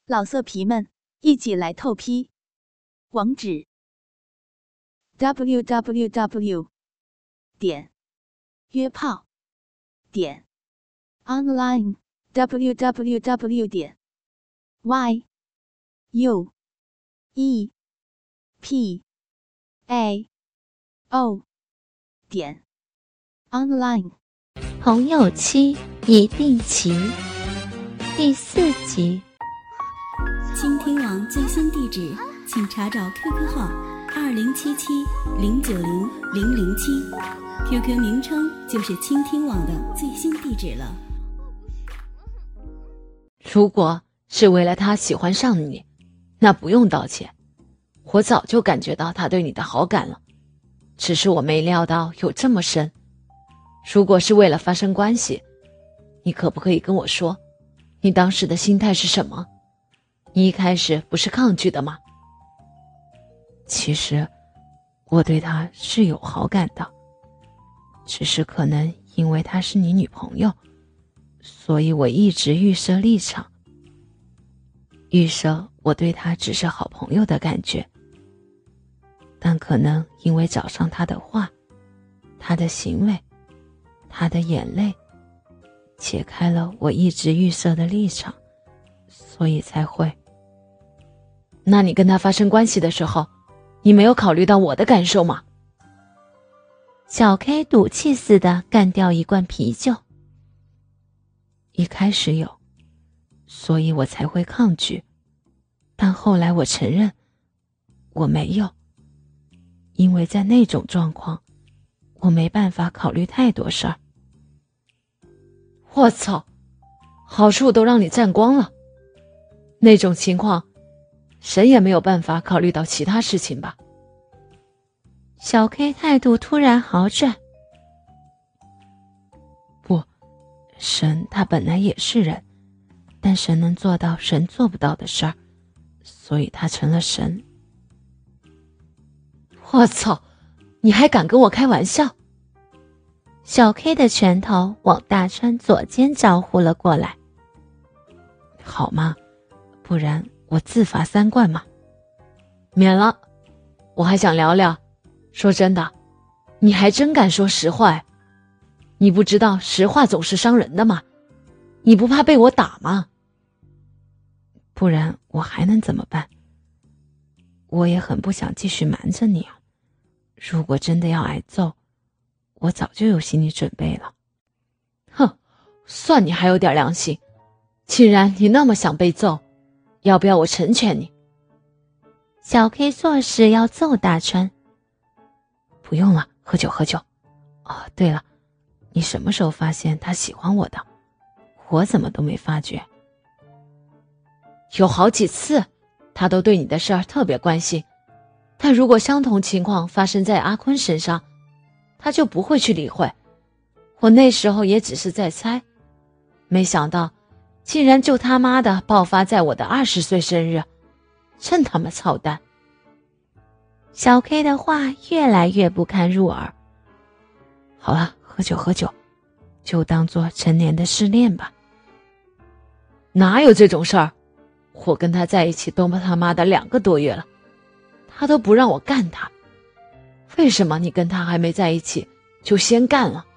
老色皮们，一起来透批！网址 www.约炮online www.yuepao.online。 朋友妻一定齐第4集。 倾听网最新地址，请查找 QQ 号2077-090-007 ，QQ 名称就是倾听网的最新地址了。 如果是为了他喜欢上你，那不用道歉，我早就感觉到他对你的好感了，只是我没料到有这么深。如果是为了发生关系，你可不可以跟我说，你当时的心态是什么？你一开始不是抗拒的吗？其实我对他是有好感的，只是可能因为她是你女朋友，所以我一直预设立场，预设我对他只是好朋友的感觉。但可能因为找上他的话，他的行为，他的眼泪，解开了我一直预设的立场，所以才会。那你跟他发生关系的时候，你没有考虑到我的感受吗？ 小 K 赌气似的干掉一罐啤酒。 一开始有，所以我才会抗拒，但后来我承认我没有，因为在那种状况我没办法考虑太多事儿。我操，好处都让你占光了，那种情况谁也没有办法考虑到其他事情吧。 小 K 态度突然好转。 不，神他本来也是人，但神能做到神做不到的事儿，所以他成了神。我操，你还敢跟我开玩笑？ 小 K 的拳头往大川左肩招呼了过来。 好吗？不然我自罚3罐嘛。免了，我还想聊聊。说真的，你还真敢说实话哎？你不知道实话总是伤人的吗？你不怕被我打吗？不然我还能怎么办？我也很不想继续瞒着你啊。如果真的要挨揍，我早就有心理准备了。哼，算你还有点良心。既然你那么想被揍，要不要我成全你？ 小 K 做事要揍大川。 不用了，喝酒喝酒。哦，对了，你什么时候发现他喜欢我的？我怎么都没发觉。有好几次他都对你的事儿特别关心，但如果相同情况发生在阿坤身上，他就不会去理会。我那时候也只是在猜，没想到竟然就他妈的爆发在我的20岁生日，真他妈操蛋。 小 K 的话越来越不堪入耳。 好了，喝酒喝酒，就当做成年的失恋吧。哪有这种事儿？我跟他在一起都他妈的2个多月了，他都不让我干他。为什么你跟他还没在一起就先干了？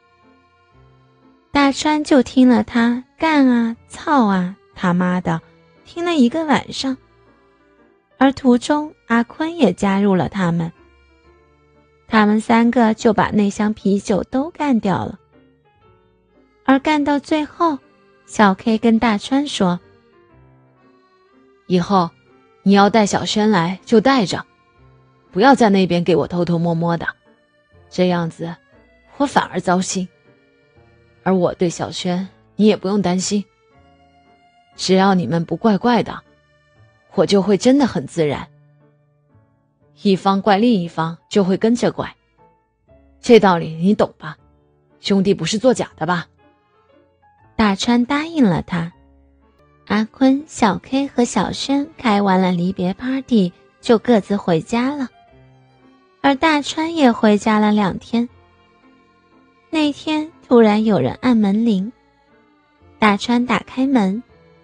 大川就听了他干啊操啊他妈的听了1个晚上，而途中阿坤也加入了他们。他们3个就把那箱啤酒都干掉了。而干到最后，小 K 跟大川说， 以后你要带小轩来就带着，不要在那边给我偷偷摸摸的，这样子我反而糟心。而我对小轩你也不用担心，只要你们不怪怪的，我就会真的很自然，一方怪另一方就会跟着怪，这道理你懂吧？兄弟不是作假的吧？ 大川答应了他。阿坤、小 K 和小轩开完了离别 party 就各自回家了，而大川也回家了2天。那天突然有人按门铃，大川打开门，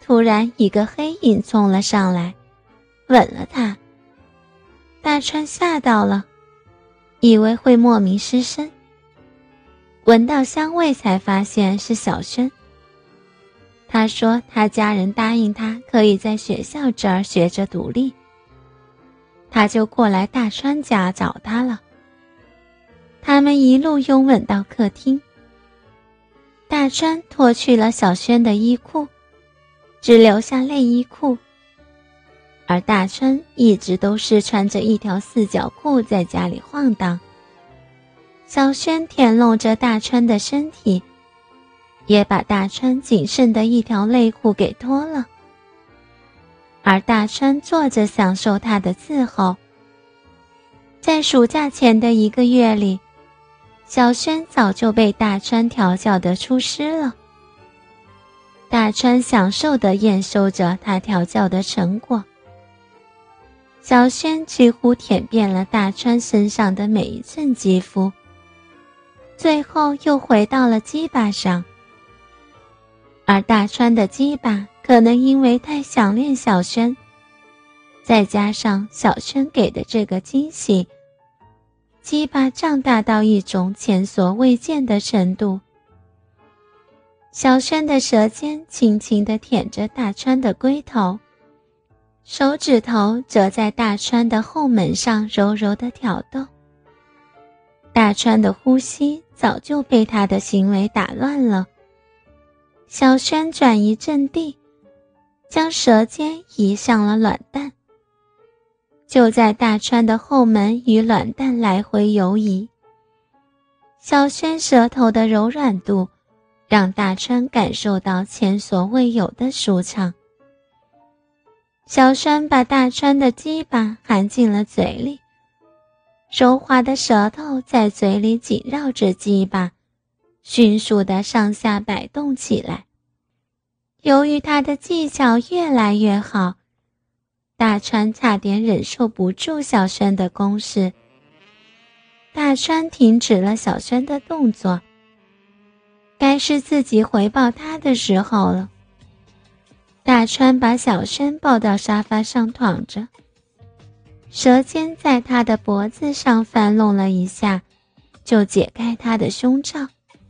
突然一个黑影冲了上来，吻了他。大川吓到了，以为会莫名失声，闻到香味才发现是小轩。他说他家人答应他可以在学校这儿学着独立，他就过来大川家找他了。他们一路拥吻到客厅，大川脱去了小轩的衣裤，只留下内衣裤，而大川一直都是穿着一条四角裤在家里晃荡。小轩舔弄着大川的身体，也把大川仅剩的一条内裤给脱了，而大川坐着享受他的伺候。在暑假前的1个月里，小轩早就被大川调教得出师了。大川享受地验收着他调教的成果。小轩几乎舔遍了大川身上的每一寸肌肤，最后又回到了鸡巴上。而大川的鸡巴可能因为太想念小轩，再加上小轩给的这个惊喜，鸡巴胀大到一种前所未见的程度。小轩的舌尖轻轻地舔着大川的龟头，手指头则在大川的后门上柔柔地挑逗。大川的呼吸早就被他的行为打乱了。小轩转移阵地，将舌尖移向了卵蛋。就在大川的后门与卵蛋来回游移，小轩舌头的柔软度让大川感受到前所未有的舒畅。小轩把大川的鸡巴含进了嘴里，柔滑的舌头在嘴里紧绕着鸡巴，迅速地上下摆动起来。由于他的技巧越来越好，大川差点忍受不住小轩的攻势。大川停止了小轩的动作，该是自己回报他的时候了。大川把小轩抱到沙发上躺着，舌尖在他的脖子上翻弄了一下，就解开他的胸罩。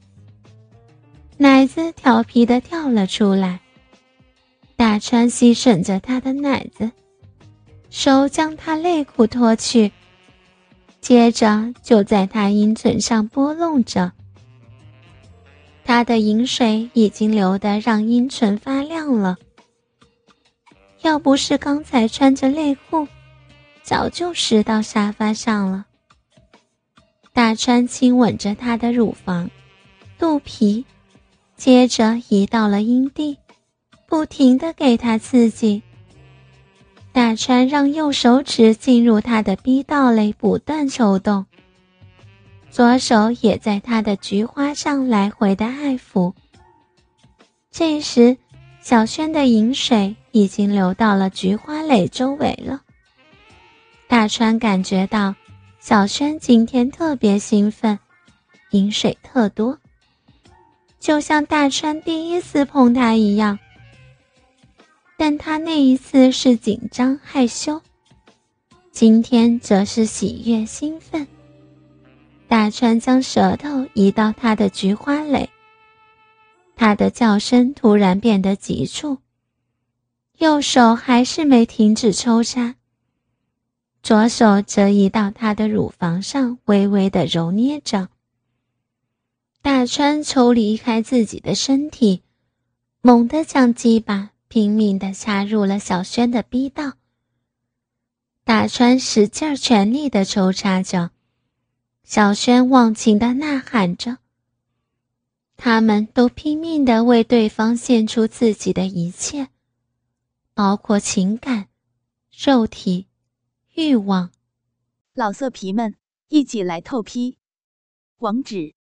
奶子调皮地跳了出来，大川吸吮着他的奶子，手将他内裤脱去，接着就在他阴唇上拨弄着。他的饮水已经流得让阴唇发亮了，要不是刚才穿着内裤，早就湿到沙发上了。大川亲吻着他的乳房、肚皮，接着移到了阴蒂，不停地给他刺激。大川让右手指进入他的逼道内不断抽动，左手也在他的菊花上来回的爱抚。这时小轩的饮水已经流到了菊花蕾周围了。大川感觉到小轩今天特别兴奋，饮水特多，就像大川第一次碰他一样。但他那一次是紧张害羞，今天则是喜悦兴奋。大川将舌头移到他的菊花蕾，他的叫声突然变得急促，右手还是没停止抽插，左手则移到他的乳房上微微地揉捏着。大川抽离开自己的身体，猛地将鸡巴拼命地插入了小轩的逼道。大川使劲全力地抽插着，小轩忘情地呐喊着。他们都拼命地为对方献出自己的一切，包括情感、肉体、欲望。 老色皮们，一起来透批！网址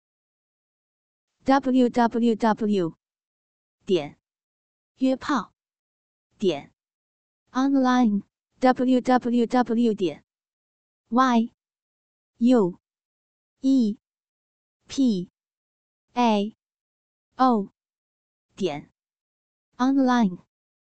www.约炮online www.yuepao.online